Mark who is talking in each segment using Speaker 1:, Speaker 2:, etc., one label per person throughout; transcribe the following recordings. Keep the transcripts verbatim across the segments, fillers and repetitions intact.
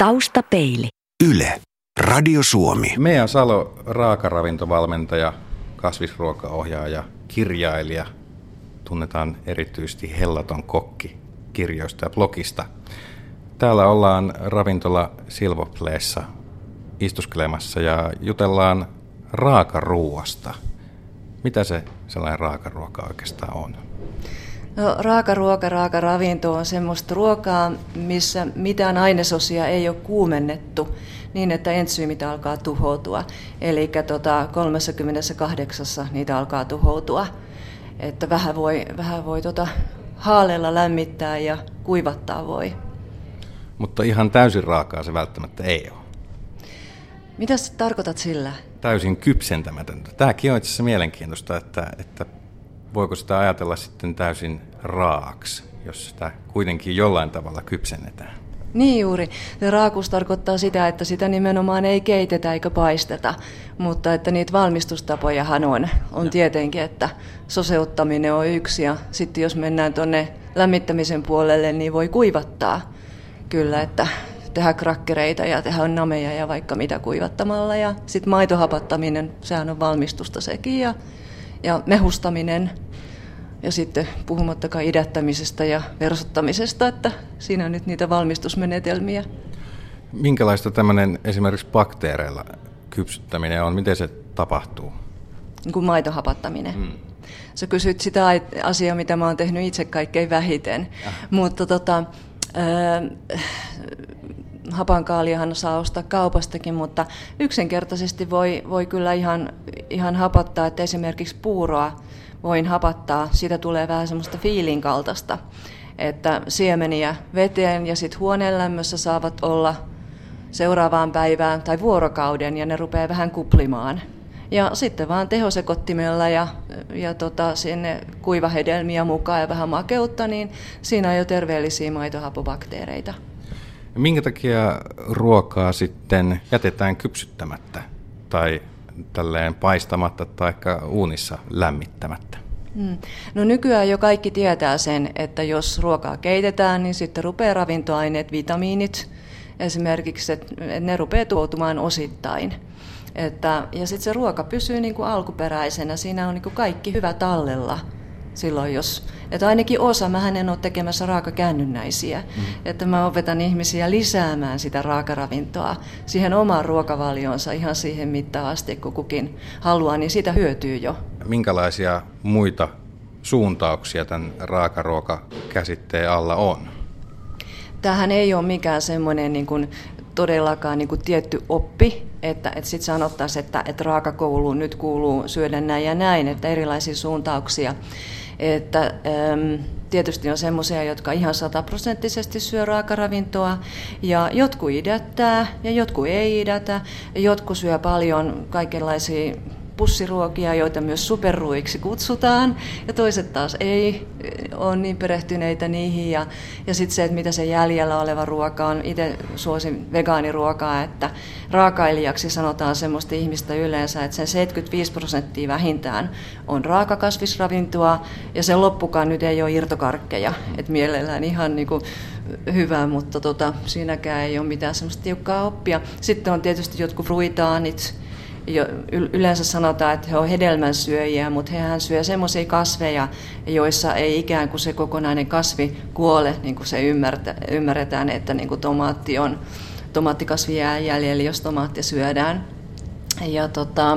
Speaker 1: Taustapeili.
Speaker 2: Yle. Radio Suomi.
Speaker 3: Mea Salo, raakaravintovalmentaja, kasvisruokaohjaaja, kirjailija. Tunnetaan erityisesti Hellaton kokki kirjoista ja blogista. Täällä ollaan ravintola Silvopleessa istuskelemassa ja jutellaan raakaruuasta. Mitä se sellainen raakaruoka oikeastaan on?
Speaker 4: No, raakaruoka, raakaravinto on semmoista ruokaa, missä mitään ainesosia ei ole kuumennettu niin, että entsyymit alkaa tuhoutua. Eli tota, kolmekymmentäkahdeksan niitä alkaa tuhoutua. Että vähän voi, vähän voi tota, haaleella lämmittää ja kuivattaa voi.
Speaker 3: Mutta ihan täysin raakaa se välttämättä ei ole.
Speaker 4: Mitä sä tarkoitat sillä?
Speaker 3: Täysin kypsentämätöntä. Tämäkin on itse asiassa mielenkiintoista, että, että voiko sitä ajatella sitten täysin raaksi, jos sitä kuitenkin jollain tavalla kypsennetään.
Speaker 4: Niin juuri. Se raakuus tarkoittaa sitä, että sitä nimenomaan ei keitetä eikä paisteta, mutta että niitä valmistustapojahan on. On tietenkin, että soseuttaminen on yksi ja sitten jos mennään tuonne lämmittämisen puolelle, niin voi kuivattaa. Kyllä, että tehdä krakkereita ja tehdä nameja ja vaikka mitä kuivattamalla. Ja sitten maitohapattaminen, sehän on valmistusta sekin ja, ja mehustaminen. Ja sitten puhumattakaan idättämisestä ja versottamisesta, että siinä on nyt niitä valmistusmenetelmiä.
Speaker 3: Minkälaista tämmöinen esimerkiksi bakteereilla kypsyttäminen on? Miten se tapahtuu?
Speaker 4: Niin kuin maitohapattaminen. Hmm. Sä kysyt sitä asiaa, mitä mä oon tehnyt itse kaikkein vähiten. Äh. Mutta tota, äh, hapankaaliahan saa ostaa kaupastakin, mutta yksinkertaisesti voi, voi kyllä ihan, ihan hapattaa, että esimerkiksi puuroa voin hapattaa, siitä tulee vähän semmoista fiilin kaltaista, että siemeniä veteen ja sitten huoneen lämmössä saavat olla seuraavaan päivään tai vuorokauden ja ne rupeaa vähän kuplimaan. Ja sitten vaan tehosekottimella ja, ja tota, sinne kuivahedelmiä mukaan ja vähän makeutta, niin siinä on jo terveellisiä maitohapobakteereita.
Speaker 3: Minkä takia ruokaa sitten jätetään kypsyttämättä tai tälleen paistamatta tai uunissa lämmittämättä?
Speaker 4: Hmm. No nykyään jo kaikki tietää sen, että jos ruokaa keitetään, niin sitten rupeaa ravintoaineet, vitamiinit esimerkiksi, että ne rupeaa tuhoutumaan osittain. Että, ja sitten se ruoka pysyy niin kuin alkuperäisenä, siinä on niin kuin kaikki hyvä tallella. Silloin jos, että ainakin osa, mähän en ole tekemässä raakakäännynnäisiä, mm. että mä opetan ihmisiä lisäämään sitä raakaravintoa siihen omaan ruokavalionsa ihan siihen mittaan asti, kun kukin haluaa, niin siitä hyötyy jo.
Speaker 3: Minkälaisia muita suuntauksia tämän raakaruokakäsitteen alla on?
Speaker 4: Tämähän ei ole mikään semmoinen niin kuin todellakaan niin kuin tietty oppi, että, että sitten sanottaisiin, että, että raakakouluun nyt kuuluu syödä näin ja näin, että erilaisia suuntauksia. Että, äm, tietysti on semmoisia, jotka ihan sataprosenttisesti syö raakaravintoa ja jotkut idättää ja jotkut ei idätä. Jotkut syö paljon kaikenlaisia pussiruokia, joita myös superruiksi kutsutaan, ja toiset taas ei ole niin perehtyneitä niihin. Ja, ja sitten se, että mitä se jäljellä oleva ruoka on, itse suosin vegaaniruokaa, että raakailijaksi sanotaan semmoista ihmistä yleensä, että sen seitsemänkymmentäviisi prosenttia vähintään on raakakasvisravintoa, ja se loppukaan nyt ei ole irtokarkkeja, että mielellään ihan niin kuin hyvä, mutta tota, siinäkään ei ole mitään semmoista tiukkaa oppia. Sitten on tietysti jotkut fruitaanit. Yleensä sanotaan, että he ovat hedelmänsyöjiä, mutta hehän syö semmoisia kasveja, joissa ei ikään kuin se kokonainen kasvi kuole, niin kuin se ymmärretään, että niin kuin tomaatti on, tomaattikasvi jää jäljellä, jos tomaatti syödään. Ja tota,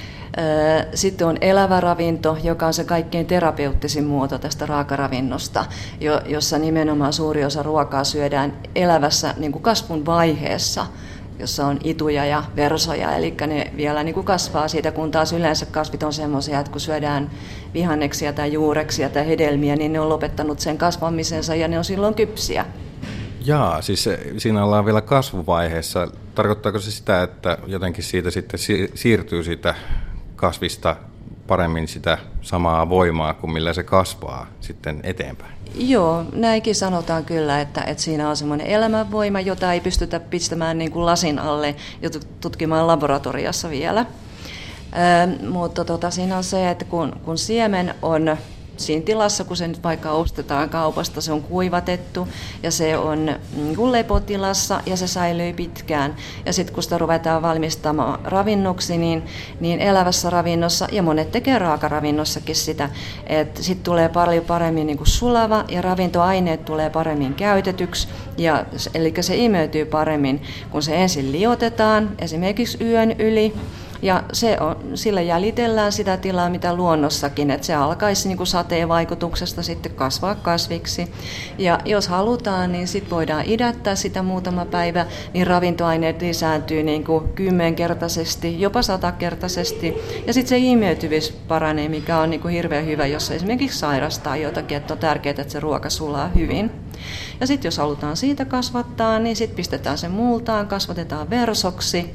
Speaker 4: sitten on elävä ravinto, joka on se kaikkein terapeuttisin muoto tästä raakaravinnosta, jossa nimenomaan suuri osa ruokaa syödään elävässä niin kuin kasvun vaiheessa, jossa on ituja ja versoja, eli ne vielä niin kuin kasvaa siitä, kun taas yleensä kasvit on semmoisia, että kun syödään vihanneksia tai juureksia tai hedelmiä, niin ne on lopettanut sen kasvamisensa ja ne on silloin kypsiä.
Speaker 3: Jaa, siis siinä ollaan vielä kasvuvaiheessa. Tarkoittaako se sitä, että jotenkin siitä sitten siirtyy siitä kasvista paremmin sitä samaa voimaa kuin millä se kasvaa sitten eteenpäin?
Speaker 4: Joo, näinkin sanotaan kyllä, että, että siinä on semmoinen elämänvoima, jota ei pystytä pistämään niin kuin lasin alle ja tutkimaan laboratoriassa vielä. Ö, mutta tota, siinä on se, että kun, kun siemen on siinä tilassa, kun se nyt vaikka ostetaan kaupasta, se on kuivatettu ja se on lepotilassa ja se säilyy pitkään. Ja sitten kun sitä ruvetaan valmistamaan ravinnoksi, niin, niin elävässä ravinnossa, ja monet tekee raakaravinnossakin sitä, että sitten tulee paljon paremmin niin kuin sulava ja ravintoaineet tulee paremmin käytetyksi, ja, eli se imeytyy paremmin, kun se ensin liotetaan, esimerkiksi yön yli. Ja se on, sillä jäljitellään sitä tilaa, mitä luonnossakin, että se alkaisi niin kuin sateen vaikutuksesta sitten kasvaa kasviksi. Ja jos halutaan, niin sitten voidaan idättää sitä muutama päivä, niin ravintoaineet lisääntyy niin kuin kymmenkertaisesti, jopa satakertaisesti. Ja sitten se imeytyvyys paranee, mikä on niin kuin hirveän hyvä, jos esimerkiksi sairastaa jotakin, että on tärkeää, että se ruoka sulaa hyvin. Ja sitten jos halutaan siitä kasvattaa, niin sitten pistetään se multaan, kasvatetaan versoksi.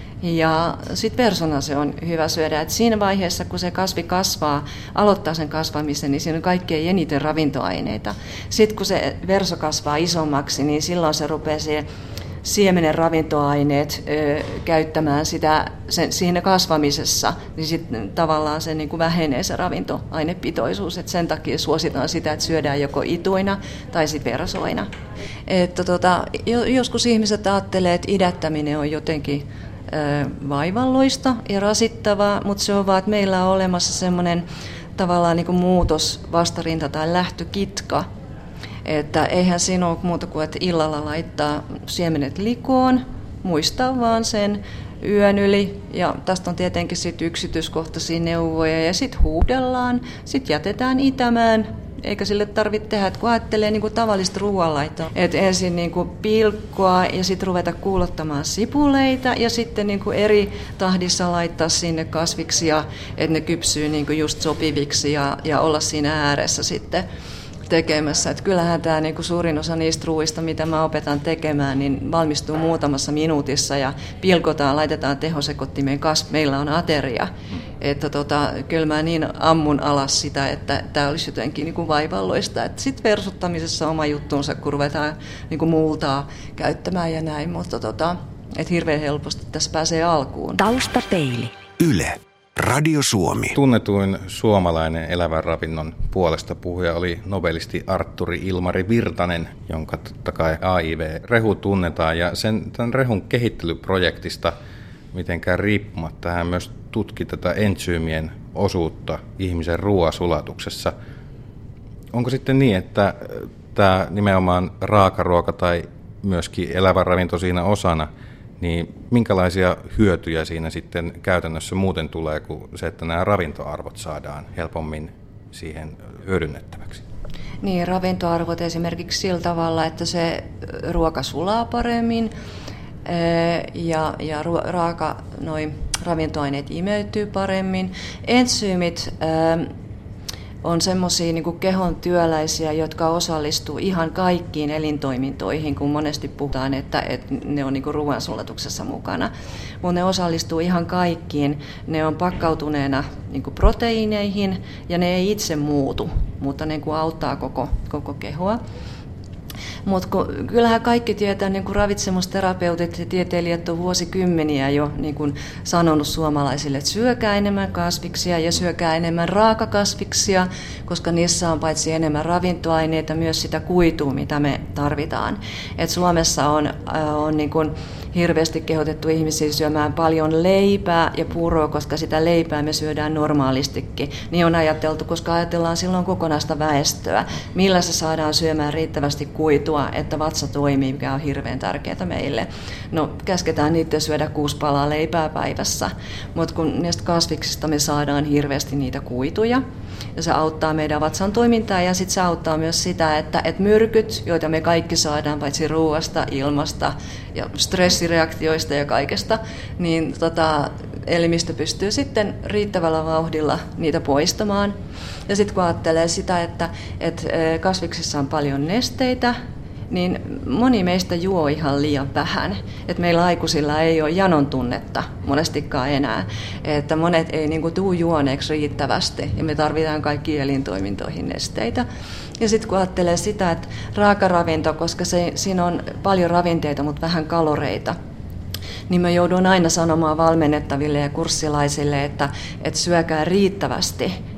Speaker 4: Ja sitten persona se on hyvä syödä, että siinä vaiheessa, kun se kasvi kasvaa, aloittaa sen kasvamisen, niin siinä on kaikkein eniten ravintoaineita. Sitten kun se verso kasvaa isommaksi, niin silloin se rupeaa se siemenen ravintoaineet ö, käyttämään sitä sen, siinä kasvamisessa, niin sitten tavallaan se niin kuin vähenee se ravintoainepitoisuus. Et sen takia suositaan sitä, että syödään joko ituina tai sitten versoina. Että tota, joskus ihmiset ajattelee, että idättäminen on jotenkin vaivalloista ja rasittavaa, mutta se on vaan, että meillä on olemassa semmoinen tavallaan niin kuin muutos, vastarinta tai lähtökitka, että eihän siinä ole muuta kuin, että illalla laittaa siemenet likoon, muistaa vaan sen yön yli, ja tästä on tietenkin sit yksityiskohtaisia neuvoja, ja sitten huudellaan, sitten jätetään itämään, eikä sille tarvitse tehdä, että kun ajattelee niin kuin tavallista ruoanlaitoa, että ensin niin kuin pilkkoa ja sitten ruveta kuulottamaan sipuleita ja sitten niin kuin eri tahdissa laittaa sinne kasviksia, että ne kypsyy niin kuin just sopiviksi ja, ja olla siinä ääressä sitten tekemässä. Että kyllähän tämä niin kuin suurin osa niistä ruuista, mitä mä opetan tekemään, niin valmistuu muutamassa minuutissa ja pilkotaan, laitetaan tehosekottimeen kasvi. Meillä on ateria. Että tota, kyllä mä niin ammun alas sitä, että tämä olisi jotenkin niin kuin vaivalloista. Sitten versuttamisessa oma juttuunsa, kun ruvetaan niin kuin multaa käyttämään ja näin, mutta tota, et hirveän helposti tässä pääsee alkuun.
Speaker 2: Taustapeili. Yle. Radio Suomi.
Speaker 3: Tunnetuin suomalainen elävän ravinnon puolesta puhuja oli nobelisti Artturi Ilmari Virtanen, jonka totta kai A I V-rehu tunnetaan. Ja sen tämän rehun kehittelyprojektista mitenkään riippumatta hän myös tutki tätä entsyymien osuutta ihmisen ruoasulatuksessa. Onko sitten niin, että tämä nimenomaan raakaruoka tai myöskin elävä ravinto siinä osana, niin minkälaisia hyötyjä siinä sitten käytännössä muuten tulee kuin se, että nämä ravintoarvot saadaan helpommin siihen hyödynnettäväksi?
Speaker 4: Niin, ravintoarvot esimerkiksi sillä tavalla, että se ruoka sulaa paremmin ja, ja raaka, noi ravintoaineet imeytyy paremmin. Entsyymit on semmoisia niin kuin kehon työläisiä, jotka osallistuu ihan kaikkiin elintoimintoihin, kun monesti puhutaan, että, että ne on niin kuin ruoansulatuksessa mukana. Mutta ne osallistuu ihan kaikkiin. Ne on pakkautuneena niin kuin proteiineihin ja ne ei itse muutu, mutta ne niin kuin auttaa koko, koko kehoa. Mutta kyllähän kaikki tietää, niin kuin ravitsemusterapeutit ja tieteilijät on vuosikymmeniä jo niin kuin sanonut suomalaisille, että syökää enemmän kasviksia ja syökää enemmän raakakasviksia, koska niissä on paitsi enemmän ravintoaineita, myös sitä kuitua, mitä me tarvitaan. Et Suomessa on, on niin kuin hirveästi kehotettu ihmisiä syömään paljon leipää ja puuroa, koska sitä leipää me syödään normaalistikin. Niin on ajateltu, koska ajatellaan silloin kokonaista väestöä, millä se saadaan syömään riittävästi kuitua, että vatsa toimii, mikä on hirveän tärkeää meille. No, käsketään niitä syödä kuusi palaa leipää päivässä, mutta kun niistä kasviksista me saadaan hirveästi niitä kuituja, ja se auttaa meidän vatsan toimintaa, ja sitten se auttaa myös sitä, että, että myrkyt, joita me kaikki saadaan, paitsi ruoasta, ilmasta ja stressireaktioista ja kaikesta, niin tota, elimistö pystyy sitten riittävällä vauhdilla niitä poistamaan. Ja sitten kun ajattelee sitä, että, että kasviksissa on paljon nesteitä, niin moni meistä juo ihan liian vähän. Et meillä aikuisilla ei ole janon tunnetta monestikaan enää. Että monet ei niin kuin tule juoneeksi riittävästi ja me tarvitaan kaikkiin elintoimintoihin nesteitä. Ja sitten kun ajattelee sitä, että raakaravinto, koska se, siinä on paljon ravinteita, mutta vähän kaloreita, niin mä joudun aina sanomaan valmennettaville ja kurssilaisille, että, että syökää riittävästi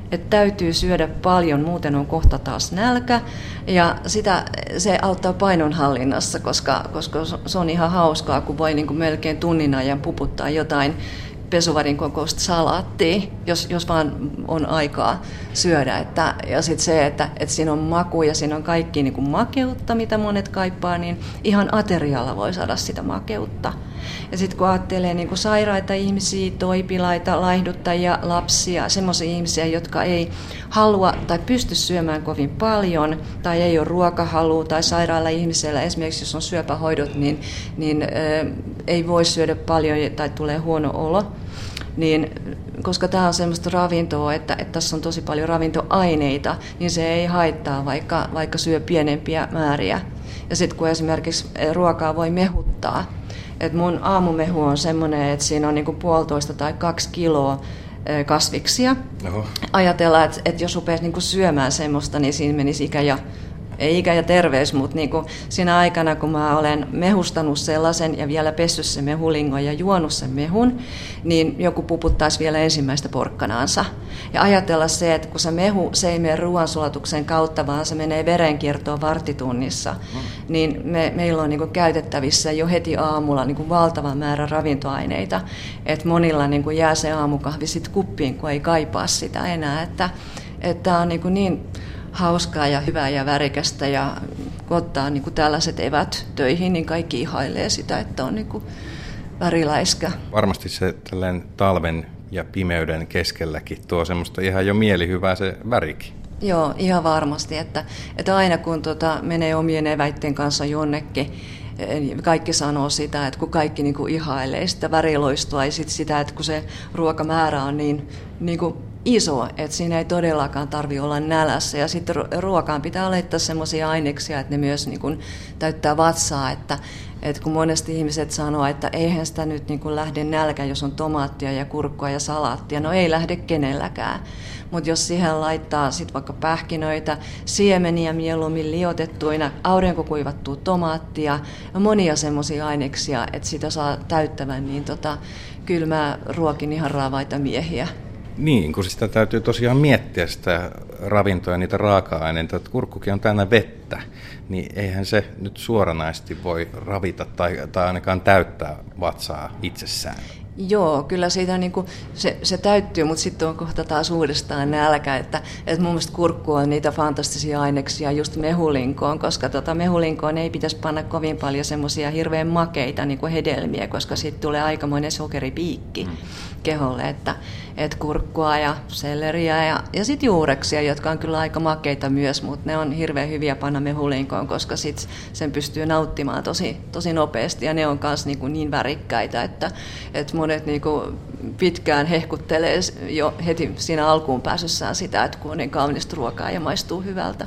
Speaker 4: että täytyy syödä paljon, muuten on kohta taas nälkä. Ja sitä, se auttaa painonhallinnassa, koska, koska se on ihan hauskaa, kun voi niin kuin melkein tunnin ajan puputtaa jotain pesuvarin kokoista salaattia, jos, jos vaan on aikaa syödä. Että, ja sitten se, että, että siinä on maku ja siinä on kaikki niin kuin makeutta, mitä monet kaipaa, niin ihan aterialla voi saada sitä makeutta. Ja sitten kun ajattelee niin kuin sairaita ihmisiä, toipilaita, laihduttajia, lapsia, semmoisia ihmisiä, jotka ei halua tai pysty syömään kovin paljon, tai ei ole ruokahalua, tai sairaalla ihmisellä, esimerkiksi jos on syöpähoidot, niin, niin ä, ei voi syödä paljon tai tulee huono olo. Niin, koska tämä on semmoista ravintoa, että, että tässä on tosi paljon ravintoaineita, niin se ei haittaa, vaikka, vaikka syö pienempiä määriä. Ja sitten kun esimerkiksi ruokaa voi mehuttaa, että mun aamumehu on semmoinen, että siinä on niinku puolitoista tai kaksi kiloa kasviksia. Oho. Ajatellaan, että, että jos rupeaisi niinku syömään semmoista, niin siinä menisi ikä ja, ei ikä ja terveys, mutta niinku siinä aikana, kun mä olen mehustanut sellaisen ja vielä pessyt sen mehulingon ja juonut sen mehun, niin joku puputtaisi vielä ensimmäistä porkkanaansa. Ja ajatella se, että kun se mehu, se ei mene ruoansulatuksen kautta, vaan se menee verenkiertoon varttitunnissa, mm. niin me, meillä on niinku käytettävissä jo heti aamulla niinku valtava määrä ravintoaineita. Että monilla niinku jää se aamukahvi sit kuppiin, kun ei kaipaa sitä enää. Että tämä on niinku niin hauskaa ja hyvää ja värikästä, ja kun ottaa niin kuin tällaiset evät töihin, niin kaikki ihailee sitä, että on niin kuin väriläiskä.
Speaker 3: Varmasti se tällainen talven ja pimeyden keskelläkin tuo semmoista ihan jo mielihyvää se värikin.
Speaker 4: Joo, ihan varmasti, että, että aina kun tota menee omien eväitten kanssa jonnekin, kaikki sanoo sitä, että kun kaikki niin kuin ihailee sitä väriloistoa ja sit sitä, että kun se ruokamäärä on niin, niin kuin iso, että siinä ei todellakaan tarvitse olla nälässä. Ja sitten ruokaan pitää laittaa semmoisia aineksia, että ne myös niin kuin täyttää vatsaa, että, että kun monesti ihmiset sanoo, että eihän sitä nyt niin kuin lähde nälkä, jos on tomaattia ja kurkkua ja salaattia. No ei lähde kenelläkään. Mutta jos siihen laittaa sit vaikka pähkinöitä, siemeniä mieluummin liotettuina, aurinkokuivattua tomaattia ja monia semmoisia aineksia, että sitä saa täyttävän, niin tota, kyllä mä ruokin ihan raavaita miehiä.
Speaker 3: Niin, kun sitä täytyy tosiaan miettiä sitä ravintoa ja niitä raaka-aineita, että kurkkukin on täynnä vettä, niin eihän se nyt suoranaisesti voi ravita tai, tai ainakaan täyttää vatsaa itsessään.
Speaker 4: Joo, kyllä siitä niin kuin, se, se täyttyy, mutta sitten on kohta taas uudestaan nälkä, että, että mun mielestä kurkku on niitä fantastisia aineksia just mehulinkoon, koska tota mehulinkoon ei pitäisi panna kovin paljon semmoisia hirveän makeita niin kuin hedelmiä, koska sitten tulee aikamoinen sokeripiikki mm. keholle, että, että kurkkua ja selleriä ja, ja sitten juureksia, jotka on kyllä aika makeita myös, mutta ne on hirveän hyviä panna mehulinkoon, koska sitten sen pystyy nauttimaan tosi, tosi nopeasti ja ne on myös niin, kuin niin värikkäitä, että, että monet niin kuin pitkään hehkuttelee jo heti siinä alkuun pääsyssään sitä, että kun on niin kaunista ruokaa ja maistuu hyvältä.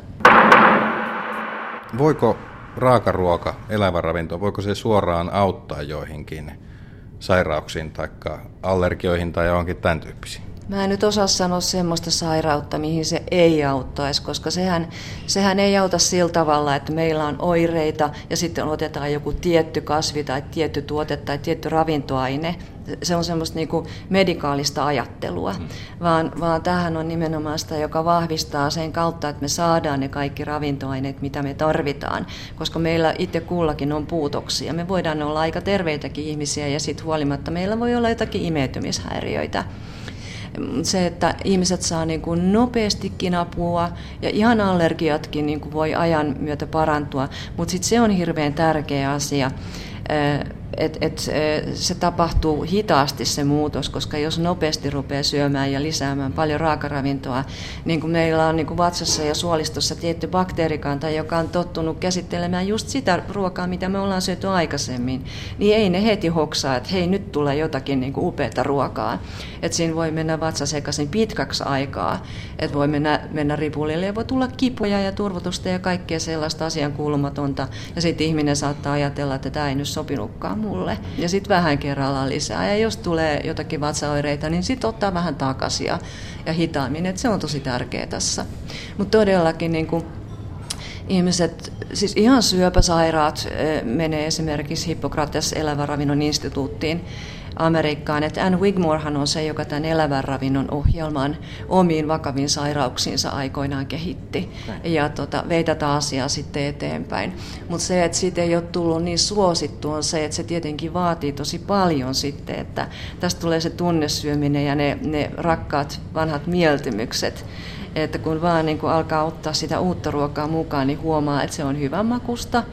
Speaker 3: Voiko raakaruoka, elävä ravinto, voiko se suoraan auttaa joihinkin sairauksiin tai allergioihin tai johonkin tämän tyyppisiin?
Speaker 4: Mä en nyt osaa sanoa semmoista sairautta, mihin se ei auttaisi, koska sehän, sehän ei auta sillä tavalla, että meillä on oireita ja sitten otetaan joku tietty kasvi tai tietty tuote tai tietty ravintoaine. Se on semmoista niin kuin medikaalista ajattelua, mm. vaan, vaan tämähän on nimenomaan sitä, joka vahvistaa sen kautta, että me saadaan ne kaikki ravintoaineet, mitä me tarvitaan, koska meillä itse kullakin on puutoksia. Me voidaan olla aika terveitäkin ihmisiä ja sitten huolimatta meillä voi olla jotakin imeytymishäiriöitä. Se, että ihmiset saa niin kuin nopeastikin apua ja ihan allergiatkin niin kuin voi ajan myötä parantua, mutta sitten se on hirveän tärkeä asia, että et se tapahtuu hitaasti se muutos, koska jos nopeasti rupeaa syömään ja lisäämään paljon raakaravintoa, niin kuin meillä on niin kuin vatsassa ja suolistossa tietty bakteerikanta, joka on tottunut käsittelemään just sitä ruokaa, mitä me ollaan syöty aikaisemmin, niin ei ne heti hoksaa, että hei, nyt tulee jotakin niin kuin upeata ruokaa. Että siinä voi mennä vatsa sekaisin pitkäksi aikaa, että voi mennä, mennä ripulille ja voi tulla kipuja ja turvotusta ja kaikkea sellaista asiankuulumatonta, ja sitten ihminen saattaa ajatella, että tämä ei nyt sopinutkaan mulle. Ja sitten vähän kerrallaan lisää. Ja jos tulee jotakin vatsaoireita, niin sitten ottaa vähän takaisin ja, ja hitaammin. Et se on tosi tärkeää tässä. Mutta todellakin niin kun ihmiset, siis ihan syöpäsairaat menee esimerkiksi Hippokrates elävän ravinnon instituuttiin Amerikkaan. Että Ann Wigmorehan on se, joka tämän elävän ravinnon ohjelman omiin vakaviin sairauksiinsa aikoinaan kehitti ja tota, vei tätä asiaa sitten eteenpäin. Mutta se, että siitä ei ole tullut niin suosittu, on se, että se tietenkin vaatii tosi paljon sitten, että tästä tulee se tunnesyöminen ja ne, ne rakkaat vanhat mieltymykset. Että kun vaan niin kun alkaa ottaa sitä uutta ruokaa mukaan, niin huomaa, että se on hyvän makusta.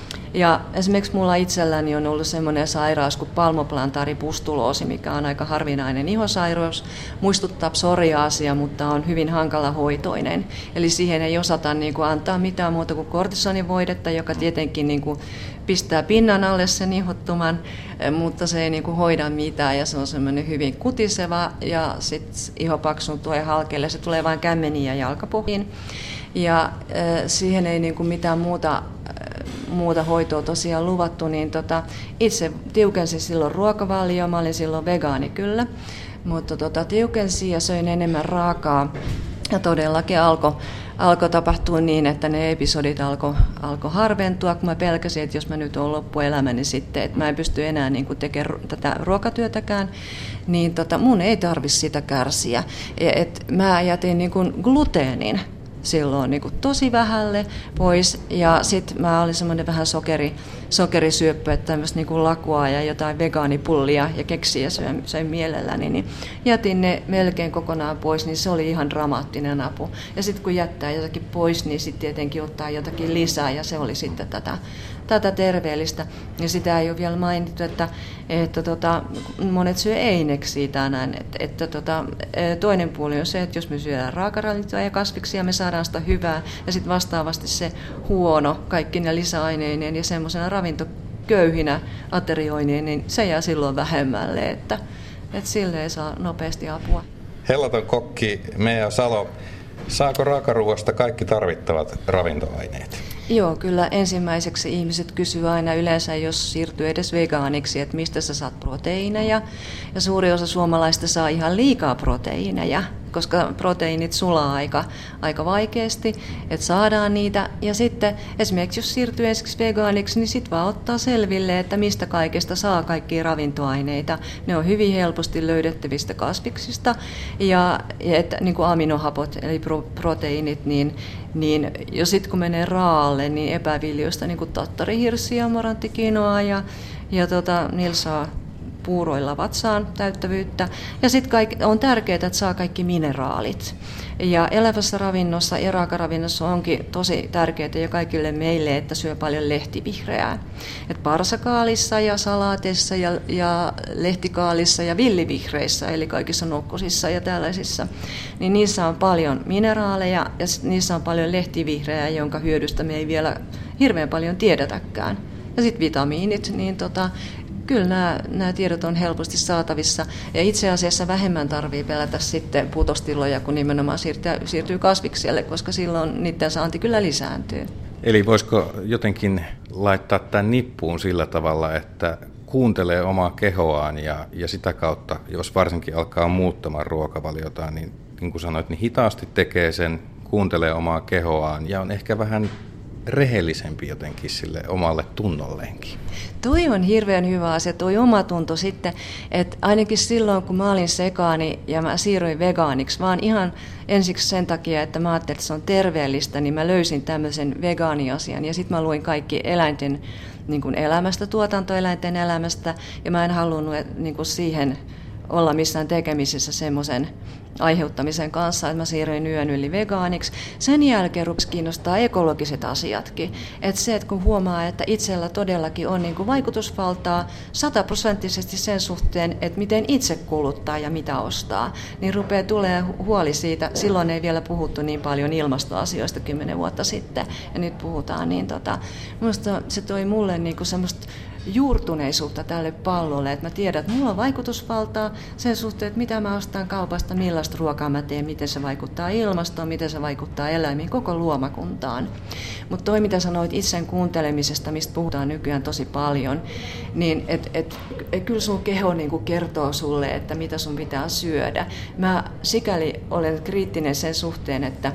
Speaker 4: Ja esimerkiksi mulla itselläni on ollut semmoinen sairaus kuin palmoplantaaripustuloosi, mikä on aika harvinainen ihosairaus. Muistuttaa psoriaasia, mutta on hyvin hankala hoitoinen. Eli siihen ei osata niin kuin antaa mitään muuta kuin kortisonivoidetta, joka tietenkin niin kuin pistää pinnan alle sen ihottuman, mutta se ei niin kuin hoida mitään ja se on semmoinen hyvin kutiseva ja sitten iho paksuntuu ja halkeille. Se tulee vain kämmeniin ja jalkapohjiin. Ja äh, siihen ei niin kuin mitään muuta muuta hoitoa tosiaan luvattu, niin tota, itse tiukensin silloin ruokavalio, mä olin silloin vegaani kyllä, mutta tota, tiukensin ja söin enemmän raakaa ja todellakin alkoi alko tapahtua niin, että ne episodit alkoi alko harventua, kun mä pelkäsin, että jos mä nyt olen loppuelämäni sitten, että mä en pysty enää niin kuin tekemään tätä ruokatyötäkään, niin tota, mun ei tarvitse sitä kärsiä. Et mä jätin niin kuin gluteenin silloin niin kuin tosi vähälle pois ja sitten mä olin semmoinen vähän sokeri, sokerisyöppö, että tämmöistä niin kuin lakua ja jotain vegaanipullia ja keksiä söin, söin mielelläni, niin jätin ne melkein kokonaan pois, niin se oli ihan dramaattinen apu. Ja sitten kun jättää jotakin pois, niin sitten tietenkin ottaa jotakin lisää ja se oli sitten tätä, tätä terveellistä. Ja sitä ei ole vielä mainittu, että, että tota, monet syö eineksiä tänään. Että, että tota, toinen puoli on se, että jos me syödään raakaravintoa ja kasviksia, me saadaan sitä hyvää ja sitten vastaavasti se huono, kaikki ne lisäaineineen ja semmoisena ravintoköyhinä aterioineen, niin se jää silloin vähemmälle, että, että sille ei saa nopeasti apua.
Speaker 3: Hellaton kokki Mea Salo, saako raakaruuasta kaikki tarvittavat ravintoaineet?
Speaker 4: Joo, kyllä ensimmäiseksi ihmiset kysyvät aina yleensä, jos siirtyy edes vegaaniksi, että mistä sä saat proteiineja. Ja suuri osa suomalaista saa ihan liikaa proteiineja, koska proteiinit sulaa aika, aika vaikeasti, että saadaan niitä. Ja sitten esimerkiksi jos siirtyy ensiksi vegaaniksi, niin sitten vaan ottaa selville, että mistä kaikesta saa kaikkia ravintoaineita. Ne on hyvin helposti löydettävistä kasviksista ja, ja että, niin kuin aminohapot eli pro, proteiinit, niin niin jo sitten kun menee raalle, niin epäviljoista niin kuin tattarihirssiä, moranttikinoa ja, ja tota, niillä saa puuroilla vatsaan täyttävyyttä. Ja sitten on tärkeää, että saa kaikki mineraalit. Ja elävässä ravinnossa ja raakaravinnossa onkin tosi tärkeää jo kaikille meille, että syö paljon lehtivihreää. Et parsakaalissa ja salaateissa ja, ja lehtikaalissa ja villivihreissä, eli kaikissa nokkosissa ja tällaisissa, niin niissä on paljon mineraaleja ja niissä on paljon lehtivihreää, jonka hyödystä me ei vielä hirveän paljon tiedetäkään. Ja sitten vitamiinit, niin tota, kyllä nämä, nämä tiedot on helposti saatavissa ja itse asiassa vähemmän tarvii pelätä sitten putostiloja, kun nimenomaan siirtyy, siirtyy kasvikselle, koska silloin niiden saanti kyllä lisääntyy.
Speaker 3: Eli voisiko jotenkin laittaa tämän nippuun sillä tavalla, että kuuntelee omaa kehoaan ja, ja sitä kautta, jos varsinkin alkaa muuttamaan ruokavaliotaan, niin niin kuin sanoit, niin hitaasti tekee sen, kuuntelee omaa kehoaan ja on ehkä vähän rehellisempi jotenkin sille omalle tunnolleenkin.
Speaker 4: Toi on hirveän hyvä asia, toi omatunto sitten, että ainakin silloin kun mä olin sekaani ja mä siirryin vegaaniksi, vaan ihan ensiksi sen takia, että mä ajattelin, että se on terveellistä, niin mä löysin tämmöisen vegaaniasian ja sitten mä luin kaikki eläinten niin kuin elämästä, tuotantoeläinten elämästä ja mä en halunnut niin kuin siihen olla missään tekemisissä semmoisen aiheuttamisen kanssa, että mä siirryin yön yli vegaaniksi. Sen jälkeen rupesi kiinnostaa ekologiset asiatkin. Että se, että kun huomaa, että itsellä todellakin on niin kuin vaikutusvaltaa sataprosenttisesti sen suhteen, että miten itse kuluttaa ja mitä ostaa, niin rupeaa tulee huoli siitä. Silloin ei vielä puhuttu niin paljon ilmastoasioista kymmenen vuotta sitten, ja nyt puhutaan. Niin tota, minusta se toi mulle niin kuin semmoista juurtuneisuutta tälle pallolle, että mä tiedän, että mulla on vaikutusvaltaa sen suhteen, että mitä mä ostan kaupasta, millaista ruokaa mä teen, miten se vaikuttaa ilmastoon, miten se vaikuttaa eläimiin, koko luomakuntaan. Mutta toi, mitä sanoit itsen kuuntelemisesta, mistä puhutaan nykyään tosi paljon, niin et, et, et, kyllä sun keho niinku kertoo sulle, että mitä sun pitää syödä. Mä sikäli olen kriittinen sen suhteen, että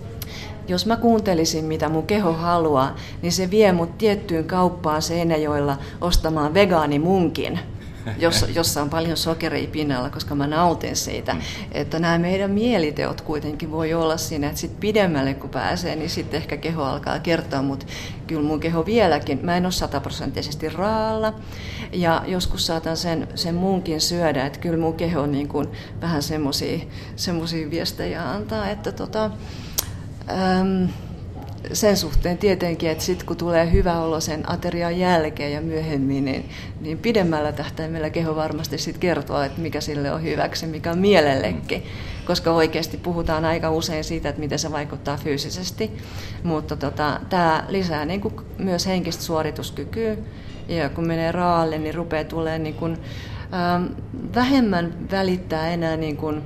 Speaker 4: jos mä kuuntelisin, mitä mun keho haluaa, niin se vie mut tiettyyn kauppaan Seinäjoella ostamaan vegaanimunkin. jossa, jossa on paljon sokeria pinnalla, koska mä nautin siitä. Mm. Että nämä meidän mieliteot kuitenkin voi olla siinä, että sitten pidemmälle kun pääsee, niin sitten ehkä keho alkaa kertoa, mutta kyllä mun keho vieläkin, mä en ole sataprosenttisesti raalla, ja joskus saatan sen, sen muunkin syödä, että kyllä mun keho niin kuin vähän semmoisia viestejä antaa, että tota, äm, sen suhteen tietenkin, että sitten kun tulee hyvä olo sen aterian jälkeen ja myöhemmin, niin, niin pidemmällä tähtäimellä keho varmasti sitten kertoo, että mikä sille on hyväksi, mikä on mielellekin. Koska oikeasti puhutaan aika usein siitä, että miten se vaikuttaa fyysisesti. Mutta tota, tämä lisää niin kuin myös henkistä suorituskykyä. Ja kun menee raalle, niin rupeaa tulemaan niin kuin, ähm, vähemmän välittää enää niin kuin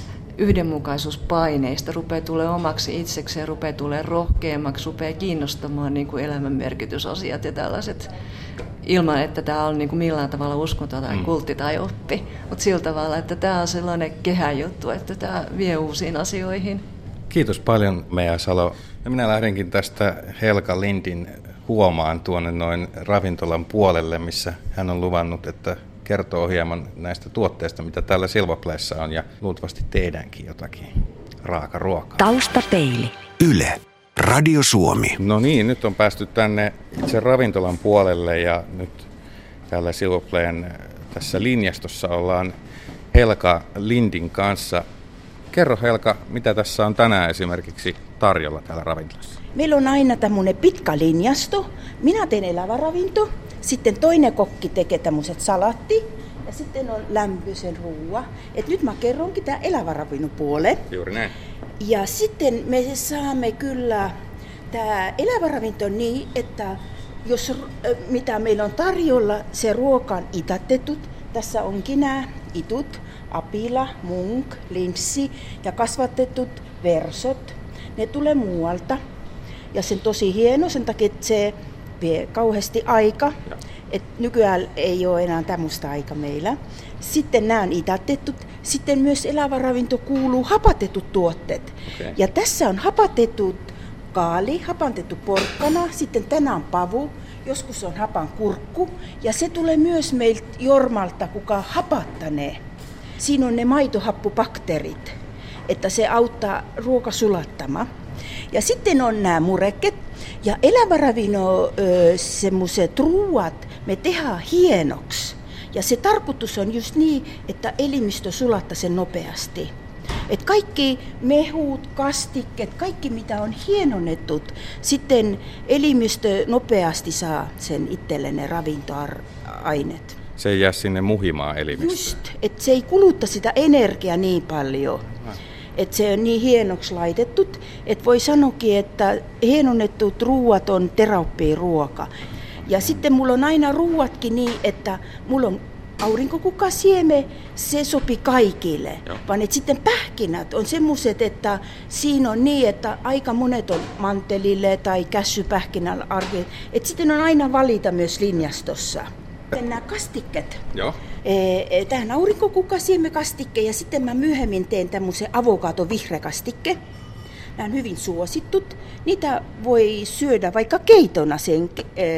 Speaker 4: yhdenmukaisuuspaineista, rupeaa tulemaan omaksi itsekseen, rupeaa tulemaan rohkeammaksi, rupeaa kiinnostamaan niin kuin elämän merkitysasiat ja tällaiset, ilman että tämä on niin kuin millään tavalla uskonto tai kultti tai oppi, mutta sillä tavalla, että tämä on sellainen kehäjuttu, että tämä vie uusiin asioihin.
Speaker 3: Kiitos paljon, Meija Salo. Ja minä lähdenkin tästä Helka Lindin huomaan tuonne noin ravintolan puolelle, missä hän on luvannut, että kertoo hieman näistä tuotteista, mitä täällä Silvoplessa on, ja luultavasti tehdäänkin jotakin raakaruokaa.
Speaker 2: Taustapeili. Yle. Radio Suomi.
Speaker 3: No niin, nyt on päästy tänne itse ravintolan puolelle, ja nyt täällä Silvopleen tässä linjastossa ollaan Helka Lindin kanssa. Kerro Helka, mitä tässä on tänään esimerkiksi tarjolla täällä ravintolassa?
Speaker 1: Meillä on aina tämmöinen pitkä linjasto. Minä teen eläväravinto. Sitten toinen kokki tekee tämmöiset salatti ja sitten on lämpöisen ruoa. Et nyt mä kerronkin tämän eläväravinnon puolen.
Speaker 3: Juuri näin.
Speaker 1: Ja sitten me saamme kyllä tämä eläväravinto niin, että jos mitä meillä on tarjolla, se ruoka on itätetut. Tässä onkin nämä itut, apila, munk, linssi ja kasvatetut versot. Ne tulee muualta ja se on tosi hieno sen takia, että se vie kauheasti aika. Et nykyään ei ole enää tämmöistä aika meillä. Sitten nämä on itätetut. Sitten myös eläväravinto kuuluu hapatetut tuotteet. Okay. Ja tässä on hapatetut kaali, hapantettu porkkana, sitten tänään on pavu, joskus on hapan kurkku. Ja se tulee myös meiltä Jormalta, kuka hapattanee. Siinä on ne maitohappubakteerit, että se auttaa ruoka sulattamaan. Ja sitten on nämä mureket. Ja eläväravinnon semmoiset ruuat me tehdään hienoksi. Ja se tarkoitus on just niin, että elimistö sulattaa sen nopeasti. Et kaikki mehut, kastikkeet, kaikki mitä on hienonnetut, sitten elimistö nopeasti saa sen itselleen ne ravintoaineet.
Speaker 3: Se ei jää sinne muhimaan elimistöön.
Speaker 1: Just, että se ei kulutta sitä energiaa niin paljon. Että se on niin hienoksi laitettu, että voi sanoakin, että hienonnetut ruuat on terapiaruoka. Ja sitten mulla on aina ruuatkin niin, että mulla on aurinkokukasieme, se sopii kaikille. Joo. Vaan että sitten pähkinät on semmoiset, että siinä on niin, että aika monet on mantelille tai kässypähkinällä arvioit. Että sitten on aina valita myös linjastossa. Sitten nämä kastikkeet.
Speaker 3: Joo.
Speaker 1: Tähän aurinkokukasiemme kastikke ja sitten mä myöhemmin teen tämmöisen avokado vihreä kastikke. Nämä on hyvin suosittut. Niitä voi syödä vaikka keitona sen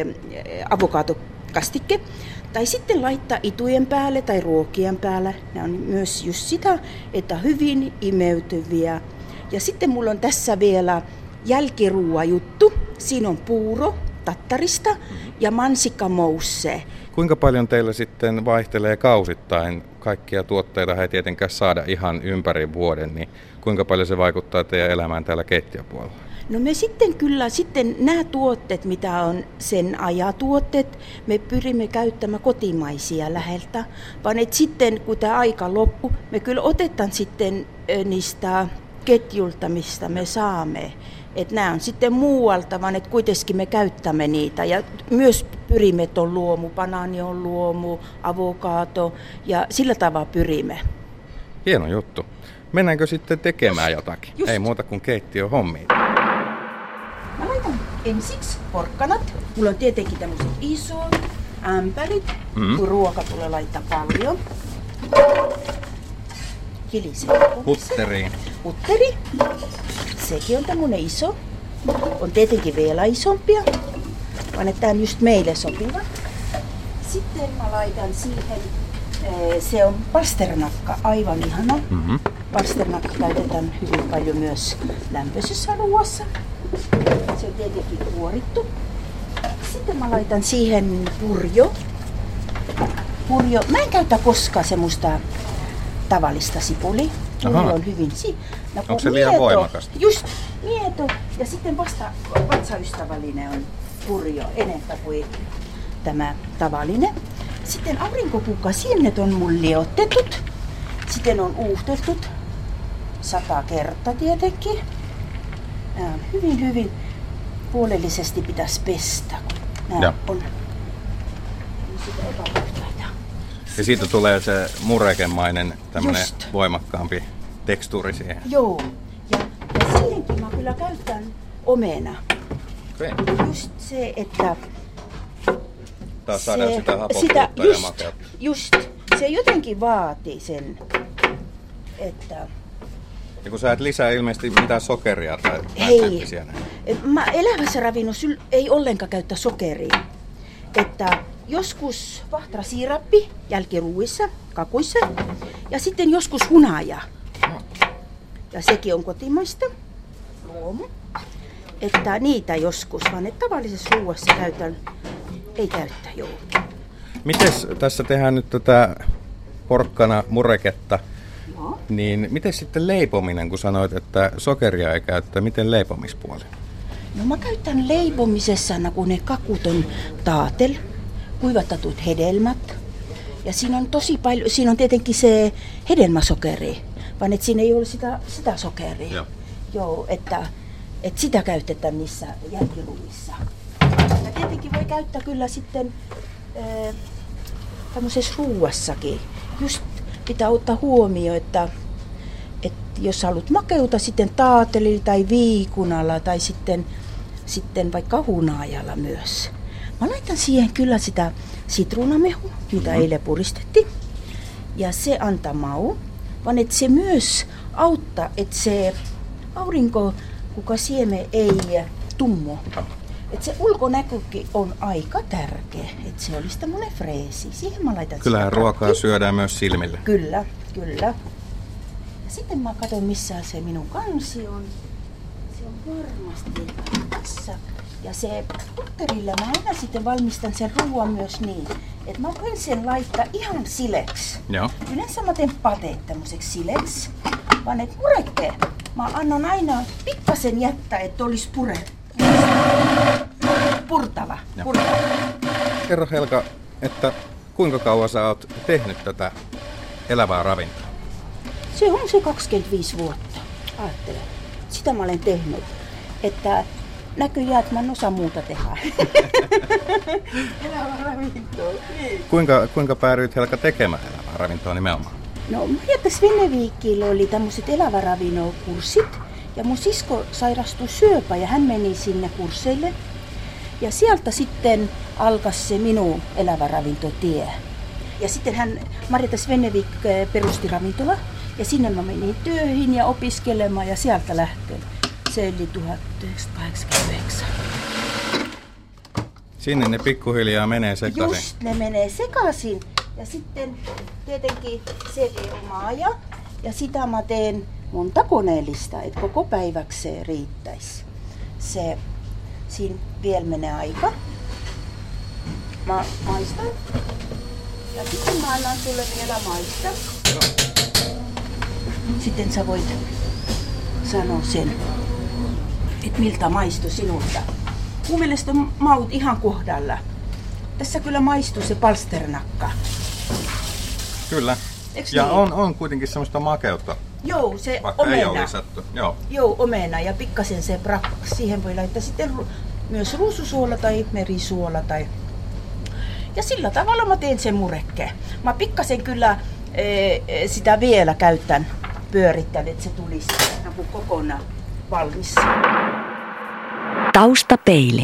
Speaker 1: avokadokastikke. Tai sitten laittaa itujen päälle tai ruokien päälle. Nämä on myös just sitä, että hyvin imeytyviä. Ja sitten mulla on tässä vielä jälkiruuajuttu. Siinä on puuro tattarista ja mansikkamousse.
Speaker 3: Kuinka paljon teillä sitten vaihtelee kausittain? Kaikkia tuotteita ei tietenkään saada ihan ympäri vuoden, niin kuinka paljon se vaikuttaa teidän elämään täällä keittiöpuolella?
Speaker 1: No me sitten kyllä, sitten nämä tuotteet, mitä on sen ajatuotteet, me pyrimme käyttämään kotimaisia läheltä, vaan että sitten kun tämä aika loppuu, me kyllä otetaan sitten niistä ketjulta, mistä me saamme. Että nämä on sitten muualta, vaan että kuitenkin me käyttämme niitä. Ja myös pyrimme, että on luomu, banaani on luomu, avokaato ja sillä tavalla pyrimme.
Speaker 3: Hieno juttu. Mennäänkö sitten tekemään jotakin? Just. Ei muuta kuin keittiöhommia.
Speaker 1: Mä laitan ensiksi porkkanat. Mulla on tietenkin tämmöiset isot ämpärit, mm. kun ruoka tulee laittaa paljon.
Speaker 3: Hutteri.
Speaker 1: Hutteri. Sekin on tämmönen iso. On tietenkin vielä isompia, vaan että tämä on just meille sopiva. sitten mä laitan siihen, se on pasternakka, aivan ihana. Mm-hmm. Pasternakka käytetään hyvin paljon myös lämpöisessä ruoassa. Se on tietenkin kuorittu. Sitten mä laitan siihen purjo. Purjo. Mä en käytä koskaan semmoista tavallista sipuli. Purjo on hyvin si... No,
Speaker 3: onko se liian voimakasta?
Speaker 1: Just, mieto. Ja sitten vasta vatsaystävällinen on purjo enemmän kuin tämä tavallinen. Sitten aurinkokukkasiemenet on mun liotetut. Sitten on uuhteltut sata kertaa tietenkin. Nämä on hyvin, hyvin huolellisesti pitäisi pestä. Nämä ja. on sitä epäpuhtaita.
Speaker 3: Ja siitä tulee se murekemainen, tämmöinen voimakkaampi tekstuuri siihen.
Speaker 1: Joo. Ja, ja siihenkin mä kyllä käytän omena.
Speaker 3: Okay.
Speaker 1: Just se, että
Speaker 3: taas saadaan se, sitä hapokkuutta ja makeutta.
Speaker 1: Just, se jotenkin vaatii sen, että...
Speaker 3: Ja kun sä et lisää ilmeisesti mitään sokeria tai tyyppisiä.
Speaker 1: Mä elävässä ravinnossa ei ollenkaan käyttä sokeria. Että joskus vahtrasiirappi jälkiruuissa, kakuissa ja sitten joskus hunaja. Ja sekin on kotimaista, luomu. Että niitä joskus, vaan että tavallisessa ruuassa käytän, ei käyttä, joo.
Speaker 3: Mites tässä tehdään nyt tätä porkkana mureketta, no. Niin miten sitten leipominen, kun sanoit, että sokeria ei käytä, miten leipomispuoli?
Speaker 1: No mä käytän leipomisessa, kun ne kakut on taatel, kuivatatut hedelmät. Ja siinä on tosi paljon, siinä on tietenkin se hedelmäsokeri, vaan että siinä ei ole sitä, sitä sokeria. Joo. Joo, että, että sitä käytetään niissä jälkiruuissa. Ja tietenkin voi käyttää kyllä sitten äh, tämmöisessä ruuassakin. Just pitää ottaa huomioon, että, että jos haluat makeuta sitten taatelilla tai viikunalla tai sitten, sitten vaikka hunaajalla myös. Mä laitan siihen kyllä sitä sitruunamehua, mitä mm-hmm. eilen puristettiin. Ja se antaa mau, vaan että se myös auttaa, että se aurinkokukasieme ei tummo. Että se ulkonäkökin on aika tärkeä, että se olisi tämmöinen freesi. Siihen mä laitan
Speaker 3: kyllähän ruokaa kakki. Syödään myös silmille.
Speaker 1: Kyllä, kyllä. Ja sitten mä katson, missä se minun kansi on. Se on varmasti tässä. Ja se putterilla mä aina sitten valmistan sen ruoan myös niin, että mä voin sen laittaa ihan sileksi.
Speaker 3: Joo.
Speaker 1: Yleensä mä teen pateet tämmöiseksi sileksi, vaan että murekkeen mä annan aina pikkasen jättää, että olisi pure. Purtava. Purtava.
Speaker 3: Kerro Helga, että kuinka kauan sä oot tehnyt tätä elävää ravintoa?
Speaker 1: Se on se kaksikymmentäviisi vuotta, ajattele. Sitä mä olen tehnyt, että näköjään, että mä en osaa muuta tehdä. Elävää ravintoa.
Speaker 3: Kuinka, kuinka päädyit Helga tekemään elävää ravintoa nimenomaan?
Speaker 1: No, Marjatta Vennevikillä oli tämmöiset eläväravinokurssit. Ja mun sisko sairastui syöpä ja hän meni sinne kursseille. Ja sieltä sitten alkoi se minun elävä ravintotie. Ja sitten hän, Marjatta Vennevik perusti ravintola. Ja sinne mä menin töihin ja opiskelemaan ja sieltä lähtien. Se oli tuhatyhdeksänsataakahdeksankymmentäyhdeksän.
Speaker 3: Sinne ne pikkuhiljaa menee sekaisin.
Speaker 1: Just, ne menee sekaisin. Ja sitten tietenkin se ei omaa ja, ja sitä mä teen monta koneellista, että koko päiväksi se riittäisi. Se, siinä vielä menee aika. Mä maistan. Ja sitten mä annan sulle vielä maista. Sitten sä voit sanoa sen, että miltä maistui sinulta. Mun mielestä maut ihan kohdalla. Tässä kyllä maistuu se palsternakka.
Speaker 3: Kyllä. Eiks ja niin? on, on kuitenkin semmoista makeutta.
Speaker 1: Joo, se
Speaker 3: vaikka
Speaker 1: omena.
Speaker 3: Ei ole lisätty. Joo.
Speaker 1: Joo, omena ja pikkasen se brak. Siihen voi laittaa sitten ru- myös ruususuola tai merisuola. Tai... Ja sillä tavalla mä teen sen murekkeen. Mä pikkasen kyllä e, sitä vielä käytän pyörittän, että se tulisi kokonaan valmis.
Speaker 2: Taustapeili.